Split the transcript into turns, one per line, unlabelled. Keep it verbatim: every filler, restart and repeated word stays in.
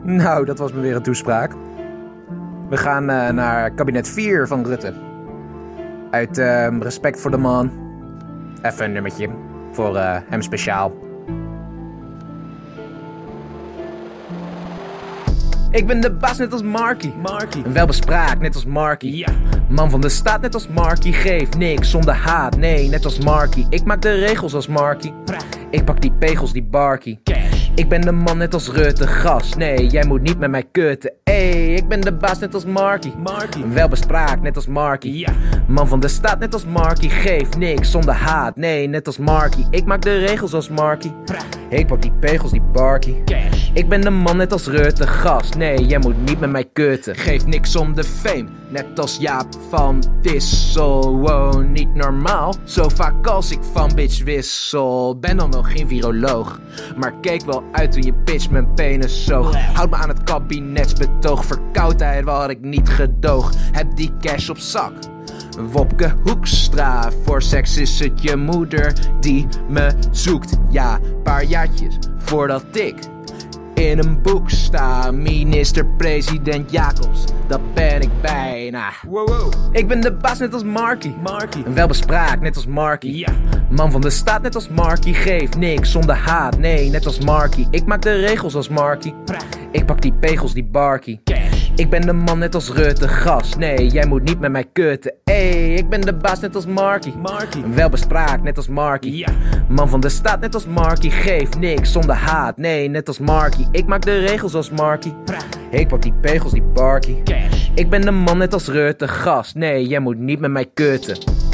Nou, dat was me weer een toespraak. We gaan uh, naar kabinet vier van Rutte. Uit uh, respect voor de man. Even een nummertje. Voor uh, hem speciaal. Ik ben de baas net als Markie.
Markie.
En welbespraakt net als Markie.
Ja.
Man van de staat net als Markie. Geef niks zonder haat, nee, net als Markie. Ik maak de regels als Markie. Ik pak die pegels, die barkie.
Cash.
Ik ben de man net als Rutte, gas. Nee, jij moet niet met mij kutten. Ey, ik ben de baas net als Markie.
Markie.
Welbespraakt net als Markie.
Ja.
Man van de staat net als Markie. Geef niks zonder haat, nee, net als Markie. Ik maak de regels als Markie. Ik pak die pegels, die barkie.
Cash.
Ik ben de man net als Rutte, gas. Nee, jij moet niet met mij kutten.
Geef niks om de fame, net als Jaap van Dissel. Wow, niet normaal, zo vaak als ik van bitch wissel. Ben dan nog geen viroloog, maar keek wel uit toen je bitch mijn penis zoog. Houd me aan het kabinetsbetoog, verkoudheid wat ik niet gedoog. Heb die cash op zak. Wopke Hoekstra, voor seks is het je moeder die me zoekt. Ja, paar jaartjes voordat ik in een boek sta. Minister-president Jacobs, dat ben ik bijna.
Wow, wow.
Ik ben de baas net als Markie.
Markie. En welbespraakt net als Markie.
Ja.
Man van de staat net als Markie. Geef niks zonder haat, nee, net als Markie. Ik maak de regels als Markie. Ik pak die pegels, die barkie.
Cash.
Ik ben de man net als Rutte, gas. Nee, jij moet niet met mij kutten. Ey, ik ben de baas net als Markie.
Markie.
En welbespraakt net als Markie.
Ja.
Man van de staat net als Markie. Geef niks zonder haat, nee, net als Markie. Ik maak de regels als Markie. Ik pak die pegels, die barkie.
Cash.
Ik ben de man net als Rutte, gas. Nee, jij moet niet met mij kutten.